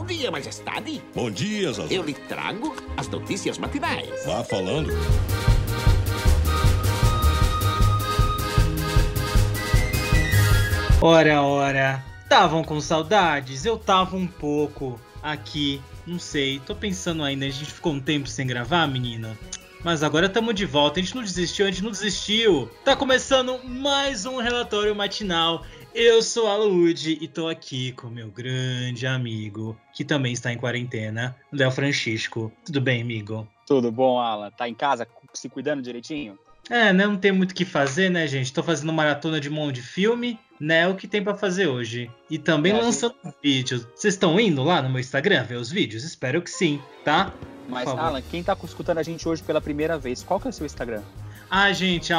dia, majestade. Bom dia, Zazu. Eu lhe trago as notícias matinais. Vá falando. Ora. Estavam com saudades? Eu tava um pouco aqui, não sei. Tô pensando ainda, a gente ficou um tempo sem gravar, menina. Mas agora estamos de volta, a gente não desistiu. Tá começando mais um relatório matinal. Eu sou a Lude e tô aqui com meu grande amigo, que também está em quarentena, Léo Francisco. Tudo bem, amigo? Tudo bom, Alan? Tá em casa se cuidando direitinho? Né? Não tem muito o que fazer, né, gente? Tô fazendo maratona de um monte de filme, né? O que tem pra fazer hoje. E também lançando vídeos. Vocês estão indo lá no meu Instagram ver os vídeos? Espero que sim, tá? Mas, Alan, quem tá escutando a gente hoje pela primeira vez, qual que é o seu Instagram? Gente,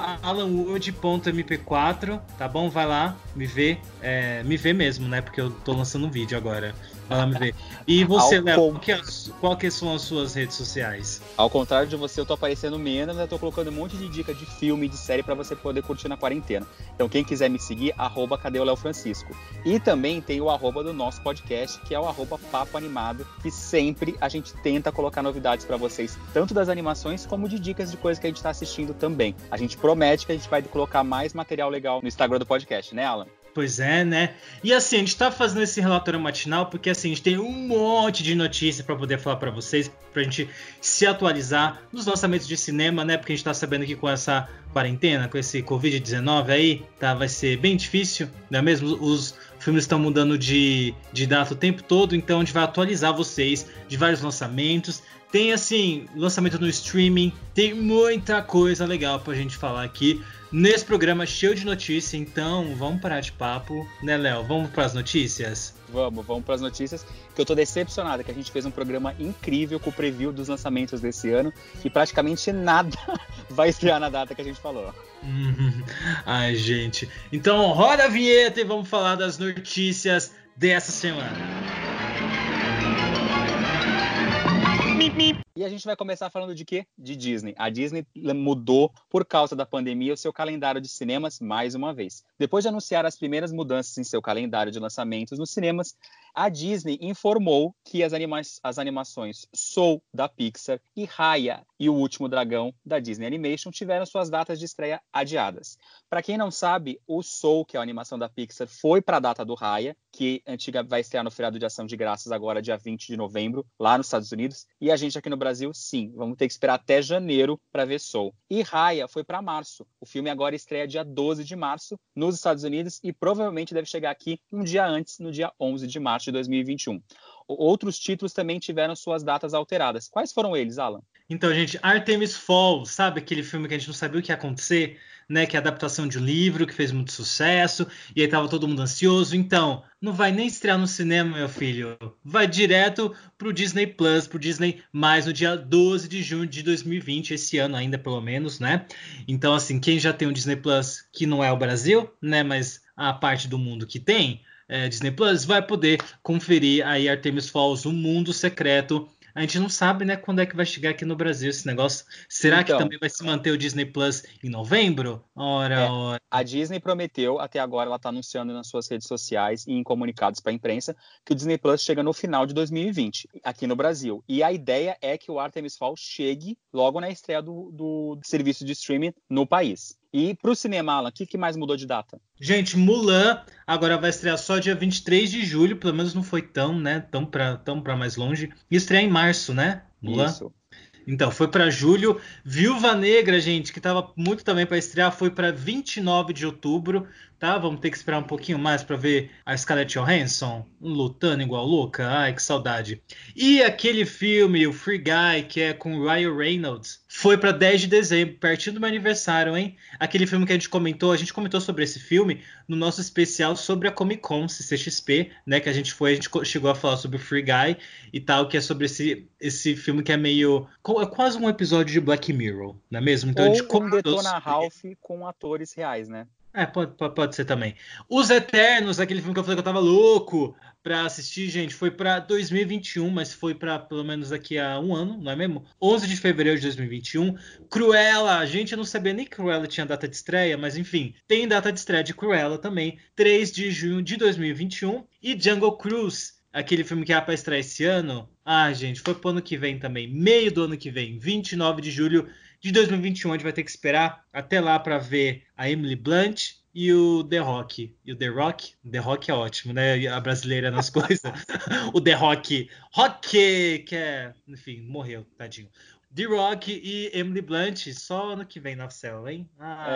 @alanwood.mp4, tá bom? Vai lá, me vê. Me vê mesmo, né? Porque eu tô lançando um vídeo agora. Vai lá me ver. E você, Léo, qual que são as suas redes sociais? Ao contrário de você, eu tô aparecendo menos, eu tô colocando um monte de dica de filme e de série pra você poder curtir na quarentena. Então, quem quiser me seguir, @cadê o Léo Francisco. E também tem o @ do nosso podcast, que é o @Papo Animado, que sempre a gente tenta colocar novidades pra vocês, tanto das animações como de dicas de coisas que a gente tá assistindo também. A gente promete que a gente vai colocar mais material legal no Instagram do podcast, né, Alan? Pois é, né? E assim, a gente tá fazendo esse relatório matinal porque assim, a gente tem um monte de notícias para poder falar para vocês, pra gente se atualizar nos lançamentos de cinema, né? Porque a gente tá sabendo que com essa quarentena, com esse Covid-19 aí, vai ser bem difícil, não é mesmo? Os filmes estão mudando de data o tempo todo, então a gente vai atualizar vocês de vários lançamentos. Tem, assim, lançamento no streaming, tem muita coisa legal pra gente falar aqui nesse programa cheio de notícia. Então, vamos parar de papo, né, Léo? Vamos pras notícias? Vamos para as notícias, que eu tô decepcionada, que a gente fez um programa incrível com o preview dos lançamentos desse ano e praticamente nada vai estrear na data que a gente falou. Ai, gente. Então, roda a vinheta e vamos falar das notícias dessa semana. E a gente vai começar falando de quê? De Disney. A Disney mudou, por causa da pandemia, o seu calendário de cinemas mais uma vez. Depois de anunciar as primeiras mudanças em seu calendário de lançamentos nos cinemas, a Disney informou que as animações Soul, da Pixar, e Raya e o Último Dragão, da Disney Animation, tiveram suas datas de estreia adiadas. Para quem não sabe, o Soul, que é a animação da Pixar, foi para a data do Raya, que vai estrear no feriado de Ação de Graças agora, dia 20 de novembro, lá nos Estados Unidos. E a gente aqui no Brasil, sim, vamos ter que esperar até janeiro para ver Soul. E Raya foi para março. O filme agora estreia dia 12 de março nos Estados Unidos e provavelmente deve chegar aqui um dia antes, no dia 11 de março de 2021. Outros títulos também tiveram suas datas alteradas. Quais foram eles, Alan? Então, gente, Artemis Falls, sabe aquele filme que a gente não sabia o que ia acontecer, né? Que é a adaptação de um livro que fez muito sucesso, e aí tava todo mundo ansioso. Então, não vai nem estrear no cinema, meu filho. Vai direto pro Disney Plus, pro Disney+, no dia 12 de junho de 2020, esse ano ainda, pelo menos, né? Então, assim, quem já tem um Disney Plus, que não é o Brasil, né? Mas a parte do mundo que tem, Disney Plus, vai poder conferir aí Artemis Falls, o mundo secreto. A gente não sabe, né, quando é que vai chegar aqui no Brasil esse negócio. Será que também vai se manter o Disney Plus em novembro? Ora. A Disney prometeu, até agora ela está anunciando nas suas redes sociais e em comunicados para a imprensa, que o Disney Plus chega no final de 2020, aqui no Brasil. E a ideia é que o Artemis Falls chegue logo na estreia do serviço de streaming no país. E para o cinema, Alan, o que mais mudou de data? Gente, Mulan agora vai estrear só dia 23 de julho, pelo menos não foi tão pra mais longe. E estreia em março, né? Mulan. Isso. Então, foi para julho. Viúva Negra, gente, que tava muito também para estrear, foi para 29 de outubro, tá? Vamos ter que esperar um pouquinho mais para ver a Scarlett Johansson lutando igual louca. Ai, que saudade. E aquele filme, o Free Guy, que é com o Ryan Reynolds, foi para 10 de dezembro, pertinho do meu aniversário, hein? Aquele filme que a gente comentou sobre esse filme no nosso especial sobre a Comic Con CCXP, né? Que a gente chegou a falar sobre o Free Guy e tal, que é sobre esse filme que é meio... É quase um episódio de Black Mirror, não é mesmo? Então, ou um Detona Ralph com atores reais, né? Pode ser também. Os Eternos, aquele filme que eu falei que eu tava louco pra assistir, gente, foi pra 2021, mas foi pra pelo menos daqui a um ano, não é mesmo? 11 de fevereiro de 2021. Cruella, gente, eu não sabia nem que Cruella tinha data de estreia, mas enfim, tem data de estreia de Cruella também, 3 de junho de 2021. E Jungle Cruise, aquele filme que era pra estrear esse ano, gente, foi pro ano que vem também, meio do ano que vem, 29 de julho de 2021, a gente vai ter que esperar até lá pra ver a Emily Blunt e o The Rock. E o The Rock é ótimo, né? A brasileira nas coisas. O The Rock, que é, enfim, morreu, tadinho. The Rock e Emily Blunt só ano que vem na cela, hein?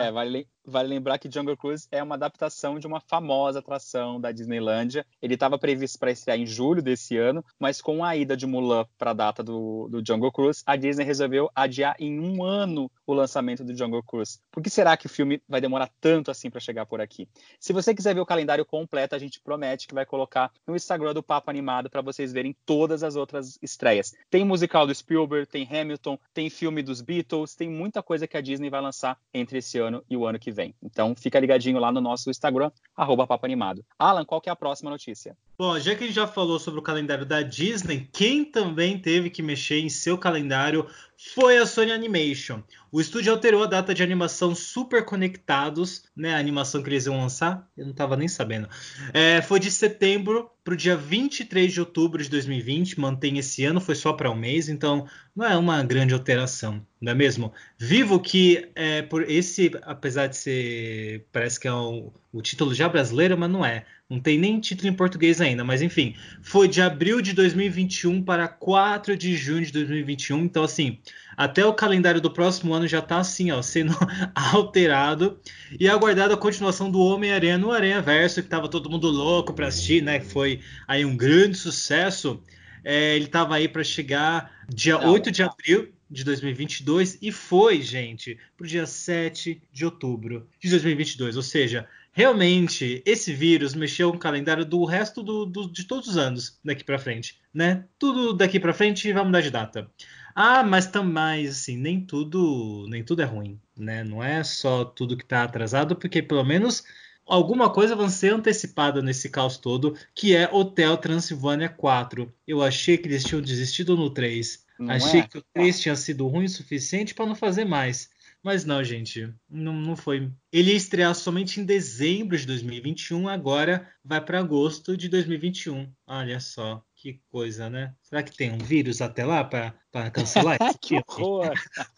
Vale lembrar que Jungle Cruise é uma adaptação de uma famosa atração da Disneylândia. Ele estava previsto para estrear em julho desse ano, mas com a ida de Mulan para a data do Jungle Cruise, a Disney resolveu adiar em 1 ano o lançamento do Jungle Cruise. Por que será que o filme vai demorar tanto assim para chegar por aqui? Se você quiser ver o calendário completo, a gente promete que vai colocar no Instagram do Papo Animado para vocês verem todas as outras estreias. Tem musical do Spielberg, tem Hamilton, tem filme dos Beatles, tem muita coisa que a Disney vai lançar entre esse ano e o ano que vem. Então fica ligadinho lá no nosso Instagram, @papoanimado. Alan, qual que é a próxima notícia? Bom, já que a gente já falou sobre o calendário da Disney, quem também teve que mexer em seu calendário foi a Sony Animation. O estúdio alterou a data de animação Super Conectados, né? A animação que eles iam lançar, eu não estava nem sabendo. Foi de setembro para o dia 23 de outubro de 2020, mantém esse ano, foi só para um mês, então não é uma grande alteração, não é mesmo? Vivo que por esse, apesar de ser, parece que é o título já brasileiro, mas não é. Não tem nem título em português ainda, mas enfim. Foi de abril de 2021 para 4 de junho de 2021. Então, assim, até o calendário do próximo ano já está assim, ó, sendo alterado. E aguardado a continuação do Homem-Aranha no Aranhaverso, que estava todo mundo louco para assistir, né? Que foi aí um grande sucesso. Ele estava aí para chegar dia 8 de abril de 2022 e foi, gente, para o dia 7 de outubro de 2022. Ou seja, realmente, esse vírus mexeu com o calendário do resto de todos os anos daqui para frente, né? Tudo daqui para frente vai mudar de data. Mas também, assim, nem tudo é ruim, né? Não é só tudo que está atrasado, porque pelo menos alguma coisa vai ser antecipada nesse caos todo, que é Hotel Transilvânia 4. Eu achei que eles tinham desistido no 3. Achei que o 3 tinha sido ruim o suficiente para não fazer mais. Mas não, gente, não foi. Ele ia estrear somente em dezembro de 2021, agora vai para agosto de 2021. Olha só, que coisa, né? Será que tem um vírus até lá para cancelar? Que horror!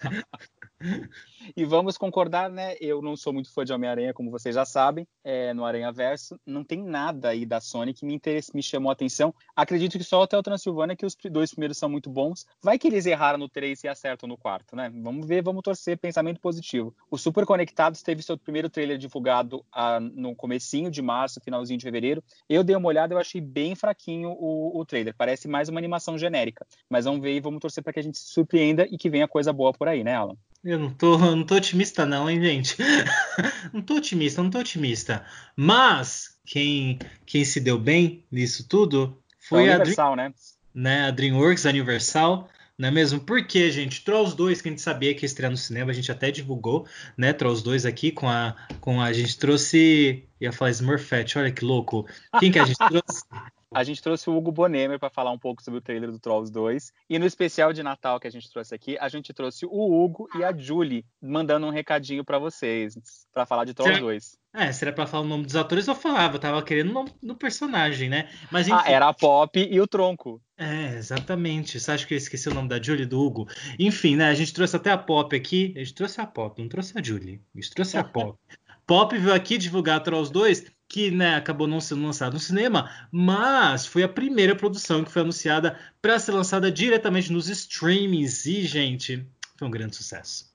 E vamos concordar, né? Eu não sou muito fã de Homem-Aranha, como vocês já sabem. No Aranhaverso não tem nada aí da Sony que me chamou a atenção. Acredito que só o Hotel Transilvânia, que os 2 primeiros são muito bons. Vai que eles erraram no 3 e acertam no 4, né? Vamos ver, vamos torcer, pensamento positivo. O Super Conectados teve seu primeiro trailer divulgado no comecinho de março, finalzinho de fevereiro. Eu dei uma olhada, eu achei bem fraquinho o trailer. Parece mais uma animação genérica. Mas vamos ver e vamos torcer para que a gente se surpreenda e que venha coisa boa por aí, né, Alan? Eu não tô otimista não, hein, gente? não tô otimista. Mas quem se deu bem nisso tudo foi a Universal, né? A DreamWorks, a Universal, não é mesmo? Porque, gente, Trolls 2, que a gente sabia que ia estrear no cinema, a gente até divulgou, né? Trolls 2 aqui com a gente trouxe, ia falar Smurfette, olha que louco. Quem que a gente trouxe? A gente trouxe o Hugo Bonemer para falar um pouco sobre o trailer do Trolls 2. E no especial de Natal que a gente trouxe aqui, a gente trouxe o Hugo e a Julie mandando um recadinho para vocês, para falar de Trolls 2. Se era pra falar o nome dos atores, eu falava. Eu tava querendo o nome do personagem, né? Mas, enfim, era a Pop e o Tronco. Exatamente. Você acha que eu esqueci o nome da Julie e do Hugo? Enfim, né? A gente trouxe até a Pop aqui. A gente trouxe a Pop, não trouxe a Julie. A gente trouxe a Pop. Pop veio aqui divulgar Trolls 2, que, né, acabou não sendo lançado no cinema, mas foi a primeira produção que foi anunciada para ser lançada diretamente nos streamings. E, gente, foi um grande sucesso.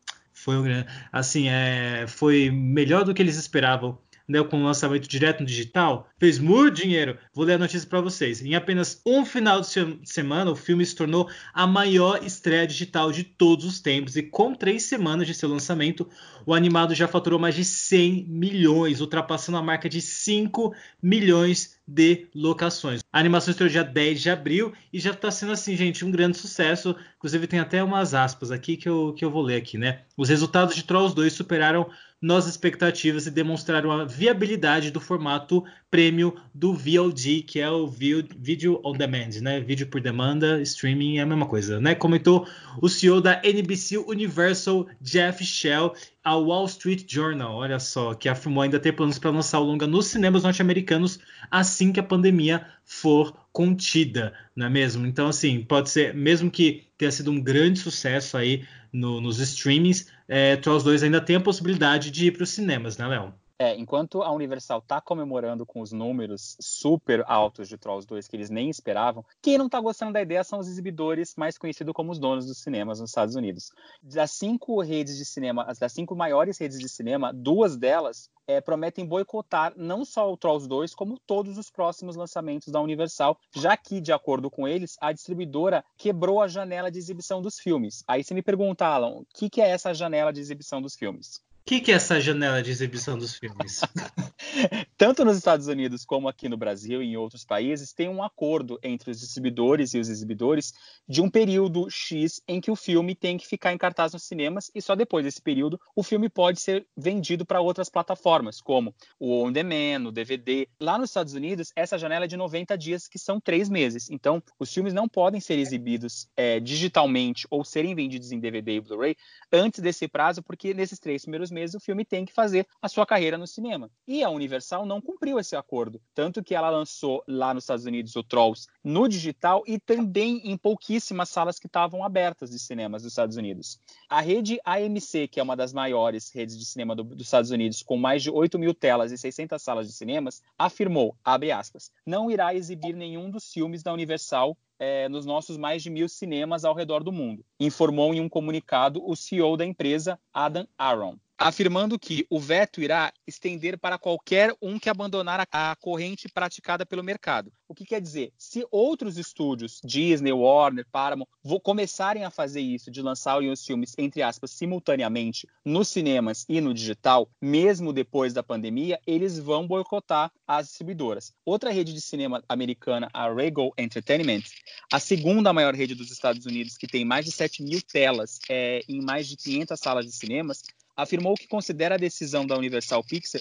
Foi melhor do que eles esperavam, né, com o lançamento direto no digital, fez muito dinheiro. Vou ler a notícia para vocês. Em apenas um final de semana, o filme se tornou a maior estreia digital de todos os tempos. E com 3 semanas de seu lançamento, o animado já faturou mais de 100 milhões, ultrapassando a marca de 5 milhões de locações. A animação estreou dia 10 de abril e já está sendo, assim, gente, um grande sucesso. Inclusive tem até umas aspas aqui que eu vou ler aqui, né? Os resultados de Trolls 2 superaram nossas expectativas e demonstraram a viabilidade do formato premium do VOD, que é o Video on Demand, né? Vídeo por demanda, streaming é a mesma coisa, né? Comentou o CEO da NBC Universal, Jeff Shell, ao Wall Street Journal, olha só, que afirmou ainda ter planos para lançar o longa nos cinemas norte-americanos assim que a pandemia for contida, não é mesmo? Então, assim, pode ser, mesmo que tenha sido um grande sucesso aí nos streamings, Trolls 2 ainda tem a possibilidade de ir para os cinemas, né, Léo? Enquanto a Universal tá comemorando com os números super altos de Trolls 2 que eles nem esperavam, quem não tá gostando da ideia são os exibidores mais conhecidos como os donos dos cinemas nos Estados Unidos. Das 5 redes de cinema, das 5 maiores redes de cinema, 2 delas prometem boicotar não só o Trolls 2, como todos os próximos lançamentos da Universal, já que, de acordo com eles, a distribuidora quebrou a janela de exibição dos filmes. Aí você me pergunta, Alan, o que é essa janela de exibição dos filmes? O que é essa janela de exibição dos filmes? Tanto nos Estados Unidos como aqui no Brasil e em outros países, tem um acordo entre os distribuidores e os exibidores de um período X em que o filme tem que ficar em cartaz nos cinemas e só depois desse período o filme pode ser vendido para outras plataformas, como o On Demand, o DVD. Lá nos Estados Unidos, essa janela é de 90 dias, que são 3 meses. Então, os filmes não podem ser exibidos digitalmente ou serem vendidos em DVD e Blu-ray antes desse prazo, porque nesses 3 primeiros meses o filme tem que fazer a sua carreira no cinema. E a Universal não cumpriu esse acordo, tanto que ela lançou lá nos Estados Unidos o Trolls no digital e também em pouquíssimas salas que estavam abertas de cinemas dos Estados Unidos. A rede AMC, que é uma das maiores redes de cinema dos Estados Unidos, com mais de 8 mil telas e 600 salas de cinemas, afirmou, abre aspas, não irá exibir nenhum dos filmes da Universal nos nossos mais de 1.000 cinemas ao redor do mundo, informou em um comunicado o CEO da empresa, Adam Aron, afirmando que o veto irá estender para qualquer um que abandonar a corrente praticada pelo mercado. O que quer dizer? Se outros estúdios, Disney, Warner, Paramount, começarem a fazer isso, de lançarem os filmes, entre aspas, simultaneamente, nos cinemas e no digital, mesmo depois da pandemia, eles vão boicotar as distribuidoras. Outra rede de cinema americana, a Regal Entertainment, a segunda maior rede dos Estados Unidos, que tem mais de 7 mil telas em mais de 500 salas de cinemas, afirmou que considera a decisão da Universal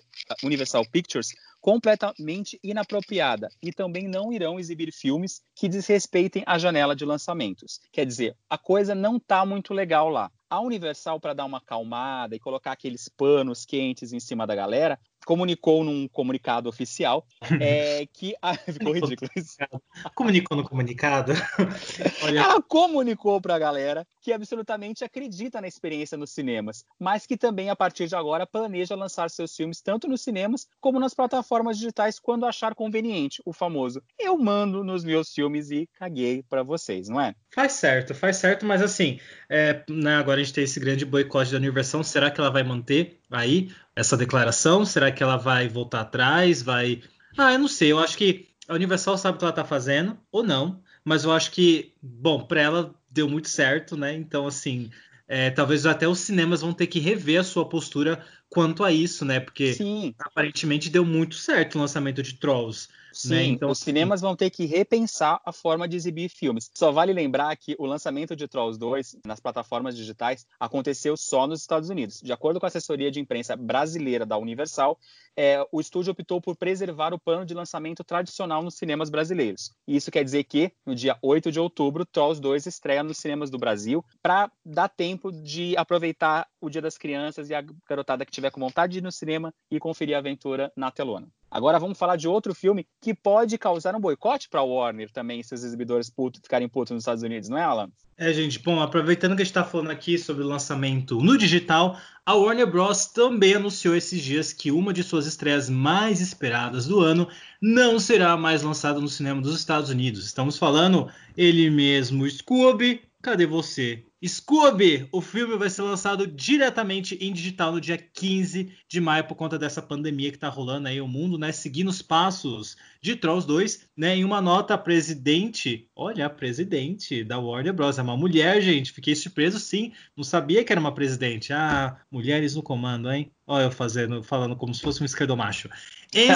Pictures completamente inapropriada e também não irão exibir filmes que desrespeitem a janela de lançamentos. Quer dizer, a coisa não está muito legal lá. A Universal, para dar uma acalmada e colocar aqueles panos quentes em cima da galera, comunicou num comunicado oficial que... ficou ridículo isso. Comunicou no comunicado? Olha... Ela comunicou para a galera que absolutamente acredita na experiência nos cinemas, mas que também, a partir de agora, planeja lançar seus filmes tanto nos cinemas como nas plataformas digitais quando achar conveniente, o famoso eu mando nos meus filmes e caguei para vocês, não é? Faz certo, mas assim, agora a gente tem esse grande boicote da Universal, será que ela vai manter aí essa declaração? Será que ela vai voltar atrás? Eu não sei, eu acho que a Universal sabe o que ela tá fazendo, ou não, mas eu acho que, bom, para ela deu muito certo, né? Então, assim, talvez até os cinemas vão ter que rever a sua postura quanto a isso, né? Porque Sim. Aparentemente deu muito certo o lançamento de Trolls. Sim, né? Então, os cinemas vão ter que repensar a forma de exibir filmes. Só vale lembrar que o lançamento de Trolls 2 nas plataformas digitais aconteceu só nos Estados Unidos. De acordo com a assessoria de imprensa brasileira da Universal, o estúdio optou por preservar o plano de lançamento tradicional nos cinemas brasileiros. E isso quer dizer que, no dia 8 de outubro, Trolls 2 estreia nos cinemas do Brasil para dar tempo de aproveitar o Dia das Crianças e a garotada que tiver com vontade de ir no cinema e conferir a aventura na telona. Agora vamos falar de outro filme que pode causar um boicote para a Warner também, se os exibidores ficarem putos nos Estados Unidos, não é, Alan? Gente, bom, aproveitando que a gente está falando aqui sobre o lançamento no digital, a Warner Bros. Também anunciou esses dias que uma de suas estreias mais esperadas do ano não será mais lançada no cinema dos Estados Unidos. Estamos falando ele mesmo, Scooby. Cadê você? Scooby! O filme vai ser lançado diretamente em digital no dia 15 de maio por conta dessa pandemia que tá rolando aí o mundo, né? Seguindo os passos de Trolls 2, né? Em uma nota, a presidente da Warner Bros. É uma mulher, gente. Fiquei surpreso, sim. Não sabia que era uma presidente. Mulheres no comando, hein? Olha eu falando como se fosse um esquerdomacho. Em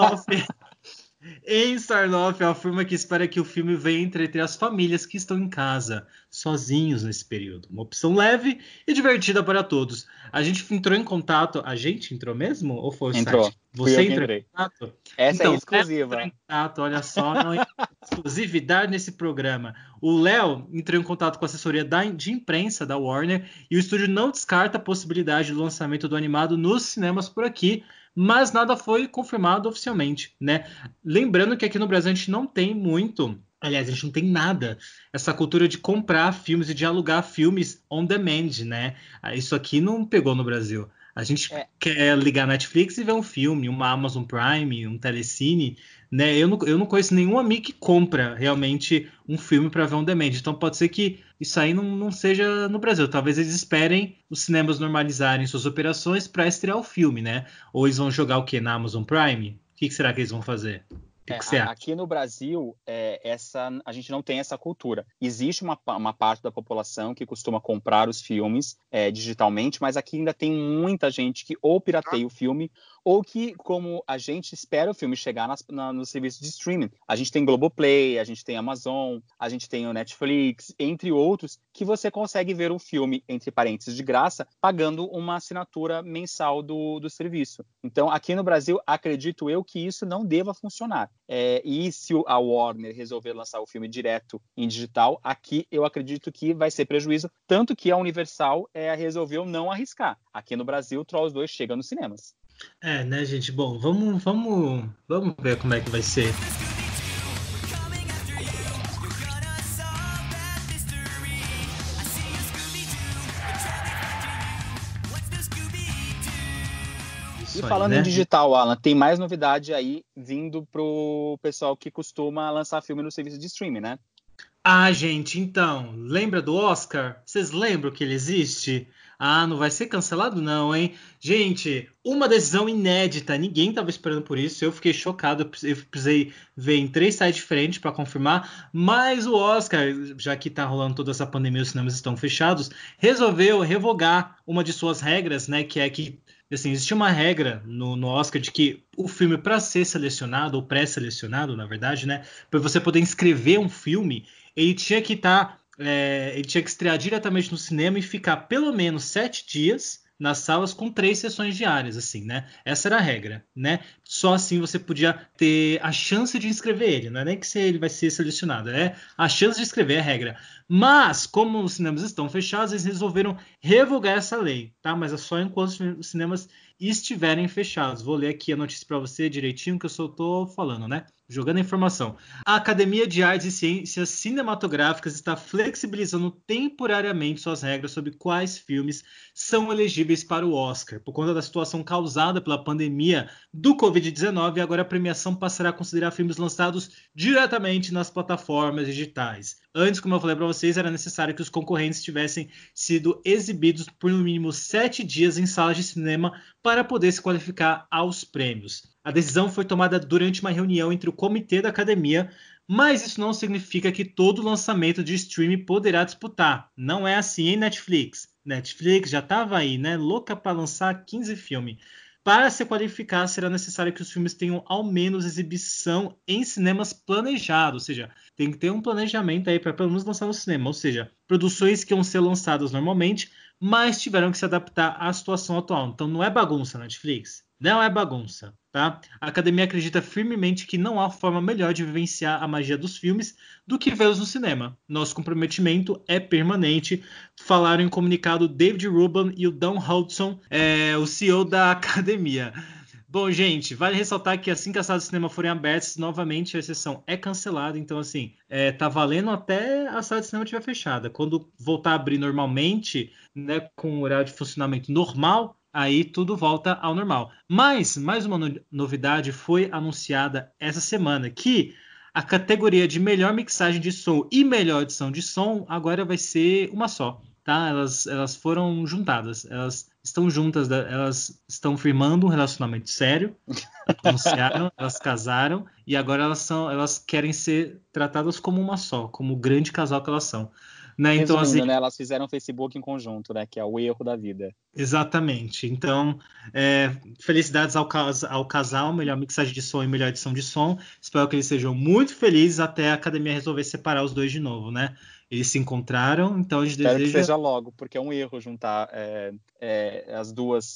Sarnoff afirma que espera que o filme venha entreter as famílias que estão em casa, sozinhos nesse período. Uma opção leve e divertida para todos. A gente entrou em contato... A gente entrou mesmo? Ou foi o entrou. site? Você entrou em contato? Essa então, é exclusiva. Entrou em contato, olha só, não é exclusividade nesse programa. O Léo entrou em contato com a assessoria de imprensa da Warner e o estúdio não descarta a possibilidade do lançamento do animado nos cinemas por aqui, mas nada foi confirmado oficialmente, né? Lembrando que aqui no Brasil a gente não tem muito, aliás, a gente não tem nada, essa cultura de comprar filmes e de alugar filmes on demand, né? Isso aqui não pegou no Brasil. A gente quer ligar a Netflix e ver um filme, uma Amazon Prime, um Telecine, né? Eu não conheço nenhum amigo que compra realmente um filme para ver on demand. Então pode ser que isso aí não seja no Brasil. Talvez eles esperem os cinemas normalizarem suas operações para estrear o filme, né? Ou eles vão jogar o quê? Na Amazon Prime? O que será que eles vão fazer? O que você acha? Aqui no Brasil, a gente não tem essa cultura. Existe uma parte da população que costuma comprar os filmes digitalmente, mas aqui ainda tem muita gente que ou pirateia o filme, ou que, como a gente espera o filme chegar no serviço de streaming. A gente tem Globoplay, a gente tem Amazon, a gente tem o Netflix, entre outros, que você consegue ver o filme, entre parênteses, de graça, pagando uma assinatura mensal do serviço. Então, aqui no Brasil, acredito eu que isso não deva funcionar. E se a Warner resolver lançar o filme direto em digital, aqui eu acredito que vai ser prejuízo, tanto que a Universal resolveu não arriscar. Aqui no Brasil, Trolls 2 chega nos cinemas. Né, gente? Bom, vamos ver como é que vai ser. E falando em digital, Alan, tem mais novidade aí vindo pro pessoal que costuma lançar filme no serviço de streaming, né? Gente, então, lembra do Oscar? Vocês lembram que ele existe? Não vai ser cancelado não, hein? Gente, uma decisão inédita, ninguém estava esperando por isso, eu fiquei chocado, eu precisei ver em 3 sites diferentes para confirmar, mas o Oscar, já que tá rolando toda essa pandemia, os cinemas estão fechados, resolveu revogar uma de suas regras, né, que é que assim, existia uma regra no Oscar de que o filme, para ser selecionado, ou pré-selecionado, na verdade, né, para você poder inscrever um filme, ele tinha que ele tinha que estrear diretamente no cinema e ficar pelo menos 7 dias nas salas com 3 sessões diárias, assim, né? Essa era a regra, né? Só assim você podia ter a chance de inscrever ele, não é nem que ele vai ser selecionado, é a chance de inscrever a regra. Mas, como os cinemas estão fechados, eles resolveram revogar essa lei, tá? Mas é só enquanto os cinemas estiverem fechados. Vou ler aqui a notícia para você direitinho, que eu só estou falando, né? Jogando a informação. A Academia de Artes e Ciências Cinematográficas está flexibilizando temporariamente suas regras sobre quais filmes são elegíveis para o Oscar. Por conta da situação causada pela pandemia do Covid-19, agora a premiação passará a considerar filmes lançados diretamente nas plataformas digitais. Antes, como eu falei para vocês, era necessário que os concorrentes tivessem sido exibidos por no mínimo 7 dias em salas de cinema para poder se qualificar aos prêmios. A decisão foi tomada durante uma reunião entre o comitê da academia, mas isso não significa que todo lançamento de streaming poderá disputar. Não é assim, hein, Netflix? Netflix já estava aí, né? Louca para lançar 15 filmes. Para se qualificar, será necessário que os filmes tenham ao menos exibição em cinemas planejados, ou seja, tem que ter um planejamento aí para pelo menos lançar no cinema, ou seja, produções que iam ser lançadas normalmente, mas tiveram que se adaptar à situação atual. Então não é bagunça, Netflix. Não é bagunça, tá? A academia acredita firmemente que não há forma melhor de vivenciar a magia dos filmes do que vê-los no cinema. Nosso comprometimento é permanente. Falaram em comunicado David Rubin e o Don Hudson, o CEO da academia. Bom, gente, vale ressaltar que assim que as salas de cinema forem abertas, novamente a sessão é cancelada. Então, assim, tá valendo até a sala de cinema estiver fechada. Quando voltar a abrir normalmente, né, com o horário de funcionamento normal, aí tudo volta ao normal. Mas, mais uma novidade foi anunciada essa semana, que a categoria de melhor mixagem de som e melhor edição de som agora vai ser uma só, tá? Elas foram juntadas, elas estão juntas, elas estão firmando um relacionamento sério, anunciaram, elas casaram e agora elas querem ser tratadas como uma só, como o grande casal que elas são. Né? Então, Resumindo, assim, né? Elas fizeram o Facebook em conjunto, né? Que é o erro da vida. exatamente. Então, felicidades ao casal, melhor mixagem de som e melhor edição de som. Espero que eles sejam muito felizes até a academia resolver separar os dois de novo, né? Eles se encontraram, então a gente Espero deseja... que seja logo, porque é um erro juntar as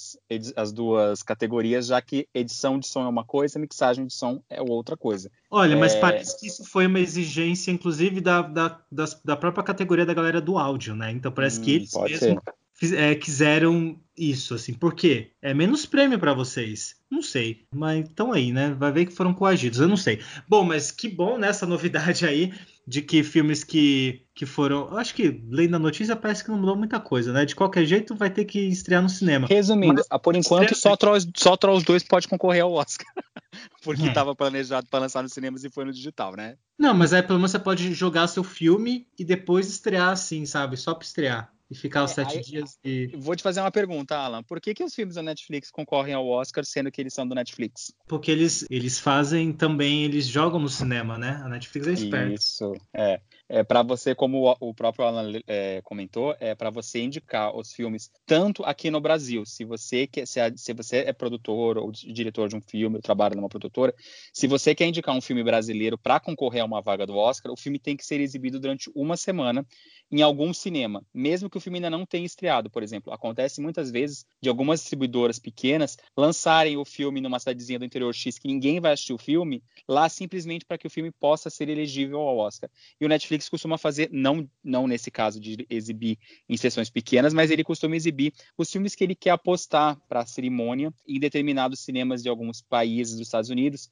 duas categorias, já que edição de som é uma coisa, mixagem de som é outra coisa. Olha, mas parece que isso foi uma exigência, inclusive, da própria categoria da galera do áudio, né? Então parece que eles Pode mesmo ser. quiseram isso, assim, por quê? É menos prêmio pra vocês. Não sei, mas estão aí, né? Vai ver que foram coagidos, eu não sei. Bom, mas que bom nessa novidade aí de que filmes que foram. Eu acho que lendo a notícia parece que não mudou muita coisa, né? De qualquer jeito vai ter que estrear no cinema. Resumindo, Mas por enquanto só Trolls 2 pode concorrer ao Oscar. Porque é. estava planejado para lançar nos cinemas e foi no digital, né? Não, mas aí pelo menos você pode jogar seu filme e depois estrear assim, sabe? Só pra estrear. E ficar os 7 dias e. Vou te fazer uma pergunta, Alan. Por que os filmes da Netflix concorrem ao Oscar, sendo que eles são do Netflix? Porque eles fazem também, eles jogam no cinema, né? A Netflix é esperta. Isso, é para você, como o próprio Alan comentou, é para você indicar os filmes tanto aqui no Brasil, se você é produtor ou diretor de um filme, ou trabalha numa produtora, se você quer indicar um filme brasileiro para concorrer a uma vaga do Oscar, o filme tem que ser exibido durante uma semana em algum cinema, mesmo que o filme ainda não tenha estreado, por exemplo. Acontece muitas vezes de algumas distribuidoras pequenas lançarem o filme numa cidadezinha do interior X que ninguém vai assistir o filme, lá simplesmente para que o filme possa ser elegível ao Oscar. E o Netflix costuma fazer, não nesse caso de exibir em sessões pequenas, mas ele costuma exibir os filmes que ele quer apostar para a cerimônia em determinados cinemas de alguns países dos Estados Unidos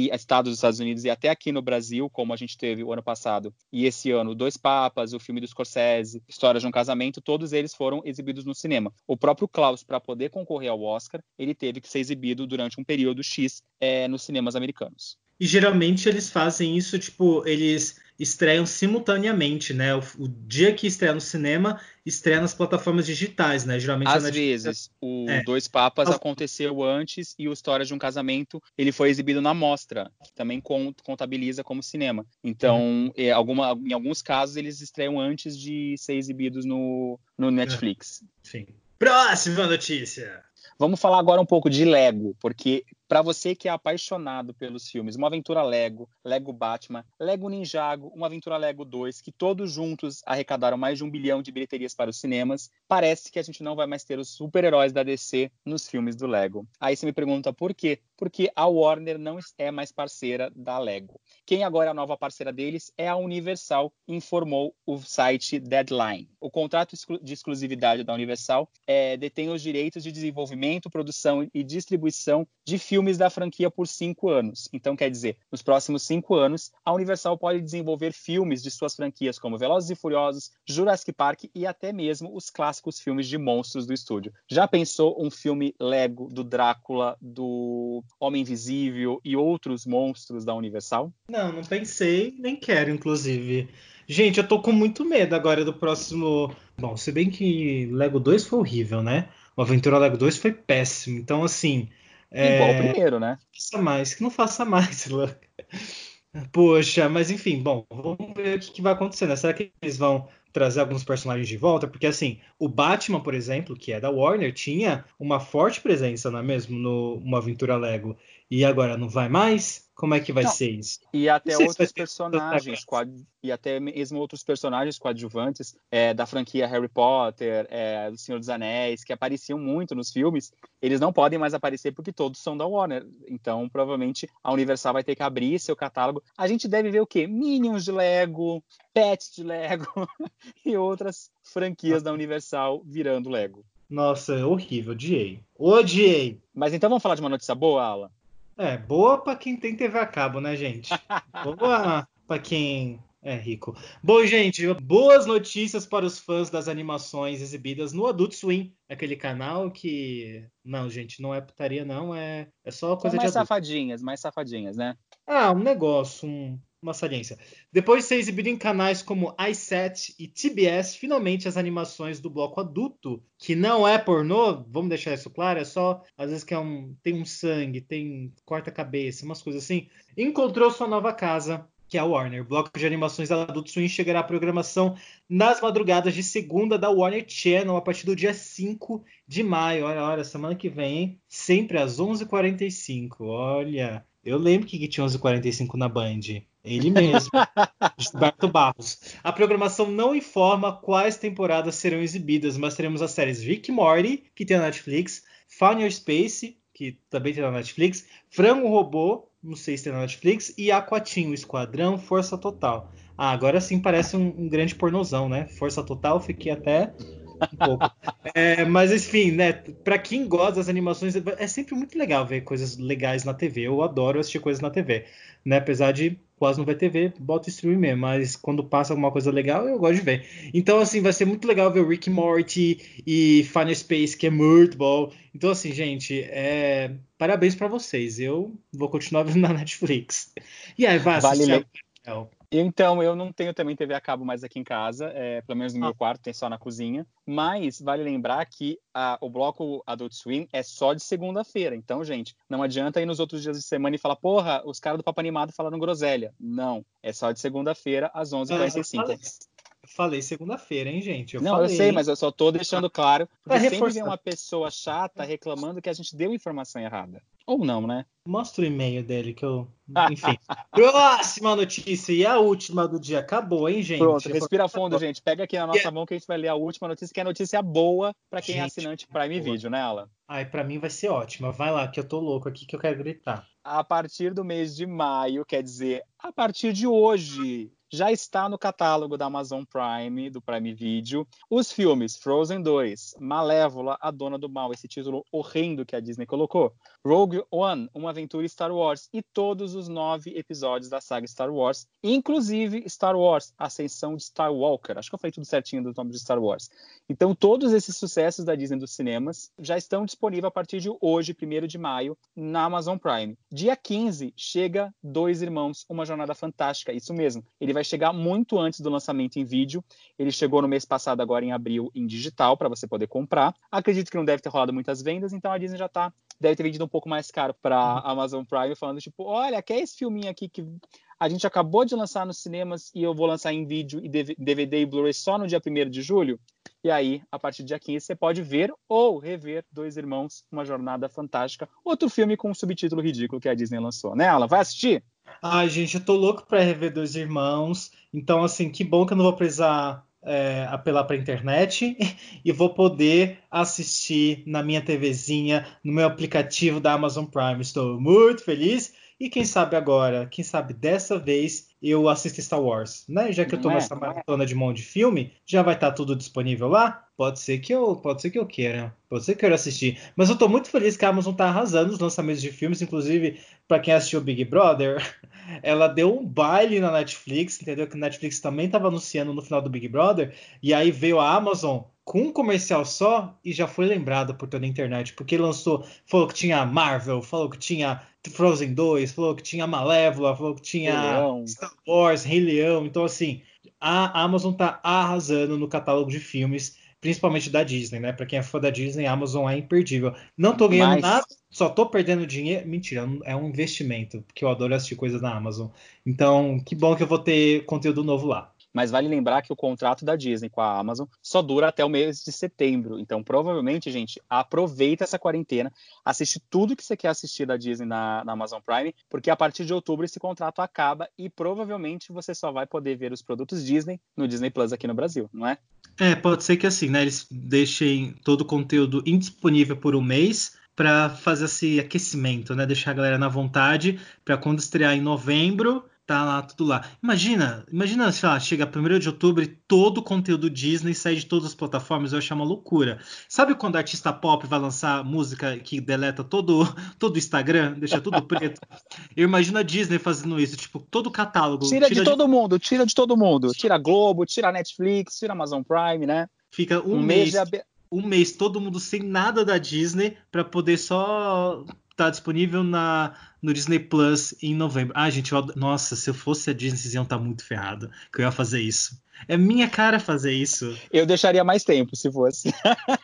e até aqui no Brasil, como a gente teve o ano passado e esse ano, Dois Papas, o filme do Scorsese, História de um Casamento, todos eles foram exibidos no cinema. O próprio Klaus, para poder concorrer ao Oscar, ele teve que ser exibido durante um período X nos cinemas americanos. E geralmente eles fazem isso, tipo, eles estreiam simultaneamente, né? O dia que estreia no cinema, estreia nas plataformas digitais, né? Geralmente a Às Netflix. vezes, o Dois Papas aconteceu antes e o História de um Casamento, ele foi exibido na mostra, que também contabiliza como cinema. Então, em alguns casos, eles estreiam antes de ser exibidos no Netflix. Sim. Próxima notícia! Vamos falar agora um pouco de Lego, porque para você que é apaixonado pelos filmes, uma aventura Lego, Lego Batman, Lego Ninjago, uma aventura Lego 2, que todos juntos arrecadaram mais de 1 bilhão de bilheterias para os cinemas, parece que a gente não vai mais ter os super-heróis da DC nos filmes do Lego. Aí você me pergunta por quê? Porque a Warner não é mais parceira da Lego. Quem agora é a nova parceira deles é a Universal, informou o site Deadline. O contrato de exclusividade da Universal detém os direitos de desenvolvimento, produção e distribuição de filmes da franquia por 5 anos. Então, quer dizer, nos próximos 5 anos, a Universal pode desenvolver filmes de suas franquias como Velozes e Furiosos, Jurassic Park e até mesmo os clássicos filmes de monstros do estúdio. Já pensou um filme Lego do Drácula, do Homem Invisível e outros monstros da Universal? Não pensei, nem quero, inclusive. Gente, eu tô com muito medo agora do próximo. Bom, se bem que Lego 2 foi horrível, né? O Aventura Lego 2 foi péssimo. Então, assim. Igual o primeiro, né? Que não faça mais. Poxa, mas enfim, bom, vamos ver o que vai acontecer, né? Será que eles vão trazer alguns personagens de volta? Porque assim, o Batman, por exemplo, que é da Warner, tinha uma forte presença, não é mesmo, no Aventura Lego. E agora não vai mais? Como é que vai Não. ser isso? E até outros personagens coadjuvantes da franquia Harry Potter, do Senhor dos Anéis, que apareciam muito nos filmes, eles não podem mais aparecer porque todos são da Warner. Então, provavelmente, a Universal vai ter que abrir seu catálogo. A gente deve ver o quê? Minions de Lego, Pets de Lego e outras franquias da Universal virando Lego. Nossa, é horrível, odiei. Mas então vamos falar de uma notícia boa, Alan? Boa pra quem tem TV a cabo, né, gente? Boa pra quem é rico. Bom, gente, boas notícias para os fãs das animações exibidas no Adult Swim, aquele canal que... Não, gente, não é putaria, não, é só coisa de adulto. Mais safadinhas, né? Um negócio, uma saliência. Depois de ser exibido em canais como iSet e TBS, finalmente as animações do bloco adulto, que não é pornô, vamos deixar isso claro, é só, às vezes que tem um sangue, tem corta-cabeça, umas coisas assim, encontrou sua nova casa, que é a Warner. O bloco de animações da Adult Swim chegará à programação nas madrugadas de segunda da Warner Channel a partir do dia 5 de maio. Olha, semana que vem, hein? Sempre às 11h45. Olha, eu lembro que tinha 11h45 na Band. Ele mesmo, Gilberto Barros. A programação não informa quais temporadas serão exibidas, mas teremos as séries Rick e Morty, que tem na Netflix, Final Space, que também tem na Netflix, Frango Robô, não sei se tem na Netflix, e Aquatinho, Esquadrão, Força Total. Agora sim parece um grande pornozão, né? Força Total, fiquei até um pouco. Mas enfim, né? Pra quem gosta das animações, é sempre muito legal ver coisas legais na TV. Eu adoro assistir coisas na TV, né? Apesar de quase não ver TV, bota streaming mesmo. Mas quando passa alguma coisa legal, eu gosto de ver. Então, assim, vai ser muito legal ver o Rick e Morty e Final Space, que é muito bom. Então, assim, gente, parabéns pra vocês. Eu vou continuar vendo na Netflix. E aí, vai Vale, assistir lem- a... Então, eu não tenho também TV a cabo mais aqui em casa, pelo menos no Ah, meu quarto, tem só na cozinha. Mas vale lembrar que o bloco Adult Swim é só de segunda-feira. Então, gente, não adianta ir nos outros dias de semana e falar, porra, os caras do Papo Animado falaram groselha. Não, é só de segunda-feira às eu 11h45. falei segunda-feira, hein, gente? Eu Não, eu sei, falei. mas eu só tô deixando claro, Pra porque sempre vem reforçar. uma pessoa chata reclamando que a gente deu informação errada. Ou não, né? Mostra o e-mail dele que eu. Enfim. Próxima notícia e a última do dia. Acabou, hein, Pronto, gente? respira fundo, gente. Pega aqui na nossa mão que a gente vai ler a última notícia, que é a notícia boa para quem é Gente, assinante Prime boa. Video, né, Alan? Ai, pra mim vai ser ótima. Vai lá, que eu tô louco aqui que eu quero gritar. A partir do mês de maio, quer dizer, a partir de hoje, já está no catálogo da Amazon Prime, do Prime Video, os filmes Frozen 2, Malévola, A Dona do Mal, esse título horrendo que a Disney colocou, Rogue One, Uma Aventura Star Wars e todos os 9 episódios da saga Star Wars, inclusive Star Wars, Ascensão de Star Walker. Acho que eu falei tudo certinho dos nomes de Star Wars. Então, todos esses sucessos da Disney dos cinemas já estão disponíveis a partir de hoje, 1º de maio, na Amazon Prime. Dia 15, chega Dois Irmãos, Uma Jornada Fantástica. Isso mesmo, ele vai chegar muito antes do lançamento em vídeo. Ele chegou no mês passado, agora em abril, em digital, para você poder comprar. Acredito que não deve ter rolado muitas vendas, então a Disney deve ter vendido um pouco mais caro para a Amazon Prime, falando tipo, olha, quer esse filminho aqui que a gente acabou de lançar nos cinemas e eu vou lançar em vídeo e DVD e Blu-ray só no dia 1º de julho? E aí, a partir do dia 15, você pode ver ou rever Dois Irmãos, Uma Jornada Fantástica, outro filme com um subtítulo ridículo que a Disney lançou, né, Alan? Vai assistir? Ai, gente, eu tô louco pra rever Dois Irmãos. Então, assim, que bom que eu não vou precisar apelar pra internet e vou poder assistir na minha TVzinha, no meu aplicativo da Amazon Prime. Estou muito feliz. E quem sabe agora, quem sabe dessa vez eu assisto Star Wars, né? Já que eu tô Não é? nessa maratona de mão de filme, já vai estar tudo disponível lá. Pode ser que eu queira, pode ser que eu queira assistir. Mas eu tô muito feliz que a Amazon tá arrasando nos lançamentos de filmes, inclusive para quem assistiu Big Brother, ela deu um baile na Netflix, entendeu? Que a Netflix também estava anunciando no final do Big Brother, e aí veio a Amazon com um comercial só e já foi lembrado por toda a internet, porque lançou, falou que tinha Marvel, falou que tinha Frozen 2, falou que tinha Malévola, falou que Rei tinha Leão. Star Wars, Rei Leão. Então, assim, a Amazon tá arrasando no catálogo de filmes, principalmente da Disney, né? Pra quem é fã da Disney, a Amazon é imperdível. Não tô ganhando nada, Mas só tô perdendo dinheiro. Mentira, é um investimento, porque eu adoro assistir coisas na Amazon. Então, que bom que eu vou ter conteúdo novo lá. Mas vale lembrar que o contrato da Disney com a Amazon só dura até o mês de setembro. Então, provavelmente, gente, aproveita essa quarentena, assiste tudo que você quer assistir da Disney na Amazon Prime, porque a partir de outubro esse contrato acaba e provavelmente você só vai poder ver os produtos Disney no Disney Plus aqui no Brasil, não é? Pode ser que assim, né? Eles deixem todo o conteúdo indisponível por um mês para fazer esse aquecimento, né? Deixar a galera na vontade para quando estrear em novembro, tá lá tudo lá. Imagina, sei lá, chega 1º de outubro e todo o conteúdo Disney sai de todas as plataformas, eu acho uma loucura. Sabe quando o artista pop vai lançar música que deleta todo o Instagram, deixa tudo preto? Eu imagino a Disney fazendo isso, tipo, todo o catálogo Tira de tira de todo mundo, tira de todo mundo. Tira a Globo, tira a Netflix, tira a Amazon Prime, né? fica Um mês de um mês todo mundo sem nada da Disney para poder só estar disponível no Disney Plus em novembro. Ah, gente, nossa, se eu fosse a Disney, vocês iam estar muito ferrado que eu ia fazer isso. É minha cara fazer isso. Eu deixaria mais tempo, se fosse.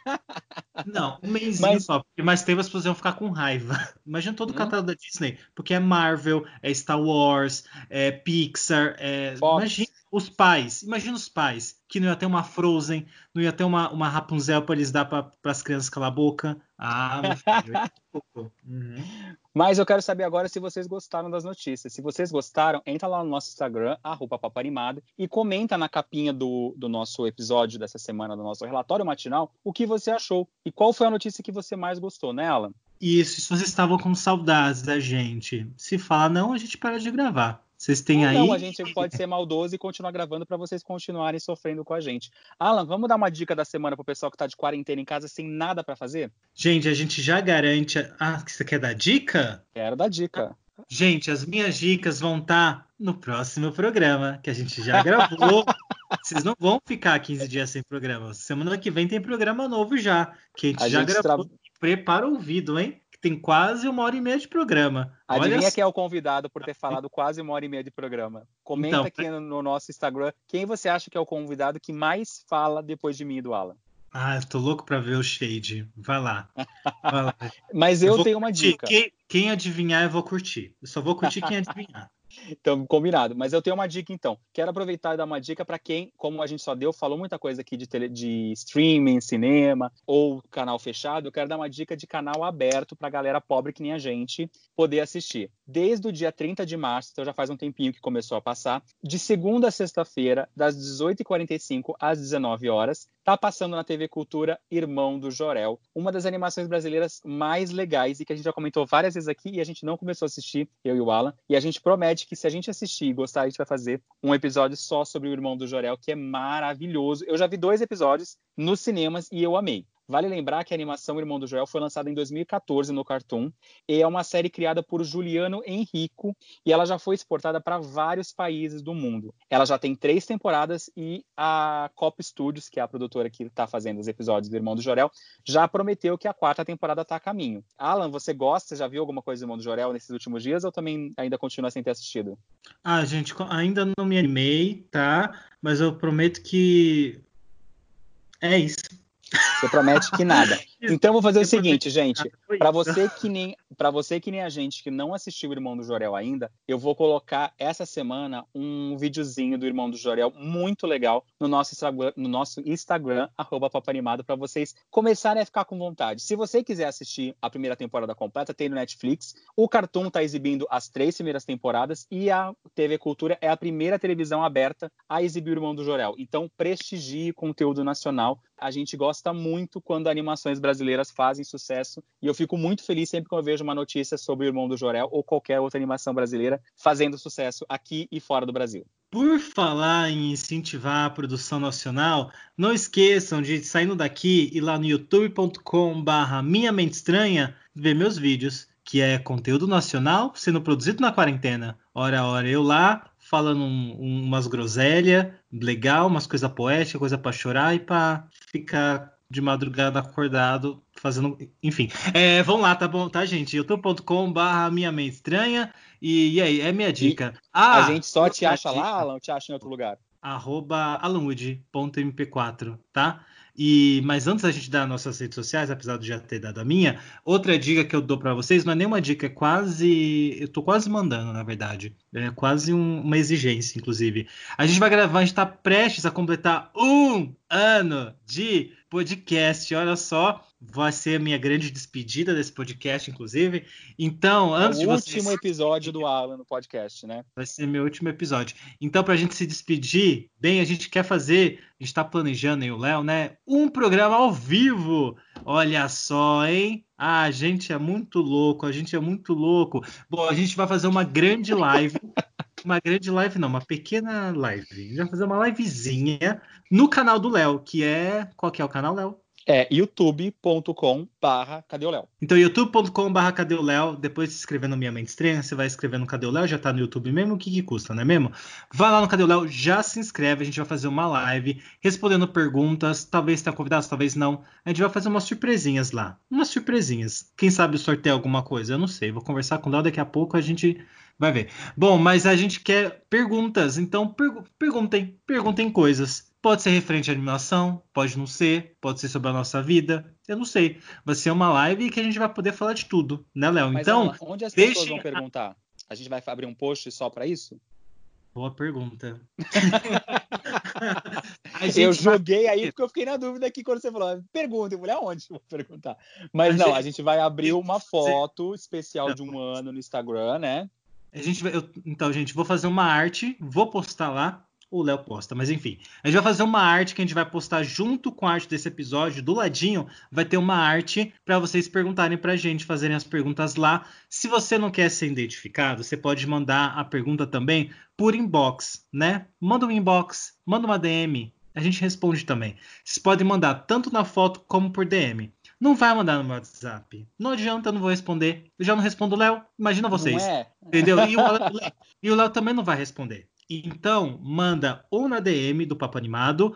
Não, um mêsinho Mas só, porque mais tempo as pessoas iam ficar com raiva. Imagina todo o catálogo da Disney, porque é Marvel, é Star Wars, é Pixar, imagina Fox, imagina os pais, que não ia ter uma Frozen, não ia ter uma Rapunzel para eles dar para as crianças calar a boca. Ah, meu filho, é pouco. Uhum. mas eu quero saber agora se vocês gostaram das notícias. Se vocês gostaram, entra lá no nosso Instagram, @papaanimado, e comenta na capinha do nosso episódio dessa semana, do nosso relatório matinal, o que você achou. E qual foi a notícia que você mais gostou, né, Alan? Isso, se vocês estavam com saudades da gente. Se falar não, a gente para de gravar. Vocês têm aí... Não, a gente pode ser maldoso e continuar gravando para vocês continuarem sofrendo com a gente. Alan, vamos dar uma dica da semana pro pessoal que tá de quarentena em casa sem nada para fazer? Gente, a gente já garante... Ah, você quer dar dica? Quero dar dica. Gente, as minhas dicas vão estar no próximo programa, que a gente já gravou. Vocês não vão ficar 15 dias sem programa. Semana que vem tem programa novo já, que a gente já gravou. Prepara o ouvido, hein? Que tem quase 1h30 de programa. Adivinha quem é o convidado por ter falado quase 1h30 de programa? Comenta então, aqui no nosso Instagram quem você acha que é o convidado que mais fala depois de mim e do Alan. Ah, eu tô louco pra ver o Shade. Vai lá. Vai lá. Mas eu tenho uma dica. Quem adivinhar, eu vou curtir. Eu só vou curtir quem adivinhar. Então, combinado. Mas eu tenho uma dica, então. Quero aproveitar e dar uma dica para quem, como a gente só falou muita coisa aqui de streaming, cinema ou canal fechado. Eu quero dar uma dica de canal aberto para galera pobre que nem a gente poder assistir. Desde o dia 30 de março, então já faz um tempinho que começou a passar, de segunda a sexta-feira, das 18h45 às 19 horas, tá passando na TV Cultura Irmão do Jorel, uma das animações brasileiras mais legais e que a gente já comentou várias vezes aqui e a gente não começou a assistir, eu e o Alan, e a gente promete que se a gente assistir e gostar, a gente vai fazer um episódio só sobre o Irmão do Jorel, que é maravilhoso. Eu já vi 2 episódios nos cinemas e eu amei. Vale lembrar que a animação Irmão do Jorel foi lançada em 2014 no Cartoon e é uma série criada por Juliano Henrico e ela já foi exportada para vários países do mundo. Ela já tem 3 temporadas e a Cop Studios, que é a produtora que está fazendo os episódios do Irmão do Jorel, já prometeu que a 4ª temporada está a caminho. Alan, você gosta? Já viu alguma coisa do Irmão do Jorel nesses últimos dias ou também ainda continua sem ter assistido? Ah, gente, ainda não me animei, tá? Mas eu prometo que é isso. Você promete que nada. Então vou fazer o seguinte, gente. Para você que nem a gente que não assistiu o Irmão do Jorel ainda, eu vou colocar essa semana um videozinho do Irmão do Jorel muito legal no nosso Instagram @papoanimado, para vocês começarem a ficar com vontade. Se você quiser assistir a primeira temporada completa, tem no Netflix. O Cartoon está exibindo as 3 primeiras temporadas e a TV Cultura é a primeira televisão aberta a exibir o Irmão do Jorel. Então prestigie conteúdo nacional. A gente gosta muito quando animações brasileiras fazem sucesso e eu fico muito feliz sempre que eu vejo uma notícia sobre o Irmão do Jorel ou qualquer outra animação brasileira fazendo sucesso aqui e fora do Brasil. Por falar em incentivar a produção nacional, não esqueçam de, saindo daqui, ir lá no youtube.com/Minha Mente Estranha ver meus vídeos, que é conteúdo nacional sendo produzido na quarentena. Ora a hora eu lá, falando umas groselhas, legal, umas coisas poéticas, coisa pra chorar e pra ficar de madrugada acordado, fazendo... Enfim, vão lá, tá bom, tá, gente? youtube.com/Minha Mente Estranha e aí, é minha dica. A gente só te acha lá, Alan, ou te acha em outro lugar? @alanwood.mp4, tá? Mas antes da gente dar nossas redes sociais, apesar de já ter dado a minha, outra dica que eu dou para vocês, não é nenhuma dica, é quase... Eu tô quase mandando, na verdade. É quase uma exigência, inclusive. A gente vai gravar, a gente tá prestes a completar 1 ano de podcast, olha só. Vai ser a minha grande despedida desse podcast, inclusive. Então, antes de vocês... O último episódio do Alan no podcast, né? Vai ser meu último episódio. Então, pra gente se despedir, bem, a gente quer fazer... A gente tá planejando aí, o Léo, né? Um programa ao vivo. Olha só, hein? A gente é muito louco, Bom, a gente vai fazer uma grande live. Uma grande live, não, uma pequena live. A gente vai fazer uma livezinha no canal do Léo, que é... Qual que é o canal, Léo? É youtube.com/Cadê o Léo? Então, youtube.com/Cadê o Léo. Depois de se inscrever no Minha Mente Estranha, você vai escrever no Cadê o Léo, já tá no YouTube mesmo, o que custa, não é mesmo? Vai lá no Cadê o Léo, já se inscreve, a gente vai fazer uma live respondendo perguntas, talvez tenha convidados, talvez não. A gente vai fazer umas surpresinhas lá, umas surpresinhas. Quem sabe sortear alguma coisa, eu não sei, vou conversar com o Léo, daqui a pouco a gente vai ver. Bom, mas a gente quer perguntas, então perguntem coisas. Pode ser referente à animação, pode não ser, pode ser sobre a nossa vida, eu não sei. Vai ser uma live que a gente vai poder falar de tudo, né, Léo? Mas, então, Alan, onde as pessoas vão perguntar? A gente vai abrir um post só para isso? Boa pergunta. Eu joguei aí porque eu fiquei na dúvida aqui quando você falou, pergunta, eu falei, aonde eu vou perguntar? Mas não, a gente vai abrir uma foto especial de 1 ano no Instagram, né? Então, gente, vou fazer uma arte, vou postar lá, o Léo posta, mas enfim. A gente vai fazer uma arte que a gente vai postar junto com a arte desse episódio, do ladinho, vai ter uma arte para vocês perguntarem pra gente, fazerem as perguntas lá. Se você não quer ser identificado, você pode mandar a pergunta também por inbox, né? Manda um inbox, manda uma DM, a gente responde também. Vocês podem mandar tanto na foto como por DM. Não vai mandar no meu WhatsApp. Não adianta, eu não vou responder. Eu já não respondo o Léo, imagina vocês. Não é? Entendeu? E o Léo também não vai responder. Então, manda ou na DM do Papo Animado,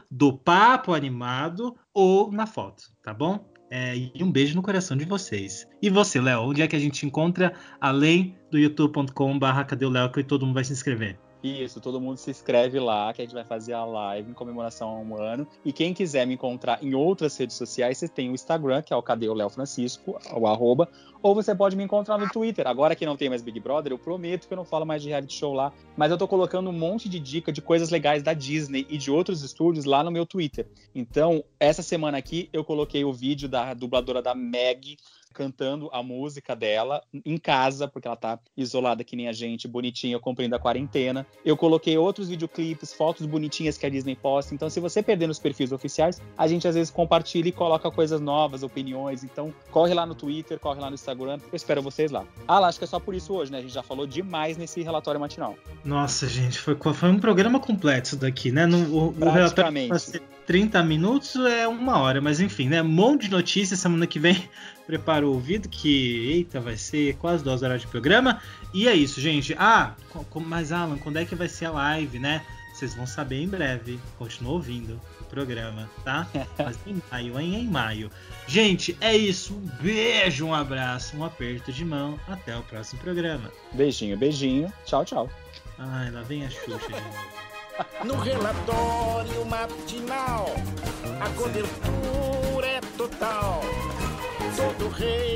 ou na foto, tá bom? E um beijo no coração de vocês. E você, Léo, onde é que a gente encontra, além do youtube.com/cadê o Léo, que todo mundo vai se inscrever? Isso, todo mundo se inscreve lá, que a gente vai fazer a live em comemoração a 1 ano. E quem quiser me encontrar em outras redes sociais, você tem o Instagram, que é o Cadê o Léo Francisco, o @, ou você pode me encontrar no Twitter. Agora que não tem mais Big Brother, eu prometo que eu não falo mais de reality show lá, mas eu tô colocando um monte de dica de coisas legais da Disney e de outros estúdios lá no meu Twitter. Então, essa semana aqui, eu coloquei o vídeo da dubladora da Meg, cantando a música dela em casa, porque ela tá isolada que nem a gente, bonitinha, cumprindo a quarentena. Eu coloquei outros videoclipes, fotos bonitinhas que a Disney posta. Então, se você perder nos perfis oficiais, a gente às vezes compartilha e coloca coisas novas, opiniões. Então, corre lá no Twitter, corre lá no Instagram. Eu espero vocês lá. Acho que é só por isso hoje, né? A gente já falou demais nesse relatório matinal. Nossa, gente, foi um programa completo isso daqui, né? O relatório vai ser 30 minutos, é 1 hora, mas enfim, né? Um monte de notícias. Semana que vem prepara o ouvido, que, eita, vai ser quase 2 horas de programa. E é isso, gente. Mas Alan, quando é que vai ser a live, né? Vocês vão saber em breve. Continua ouvindo o programa, tá? Mas em maio. Gente, é isso. Um beijo, um abraço, um aperto de mão. Até o próximo programa. Beijinho, beijinho. Tchau, tchau. Ai, lá vem a Xuxa de novo. No relatório matinal, a cobertura é total. Sou do rei.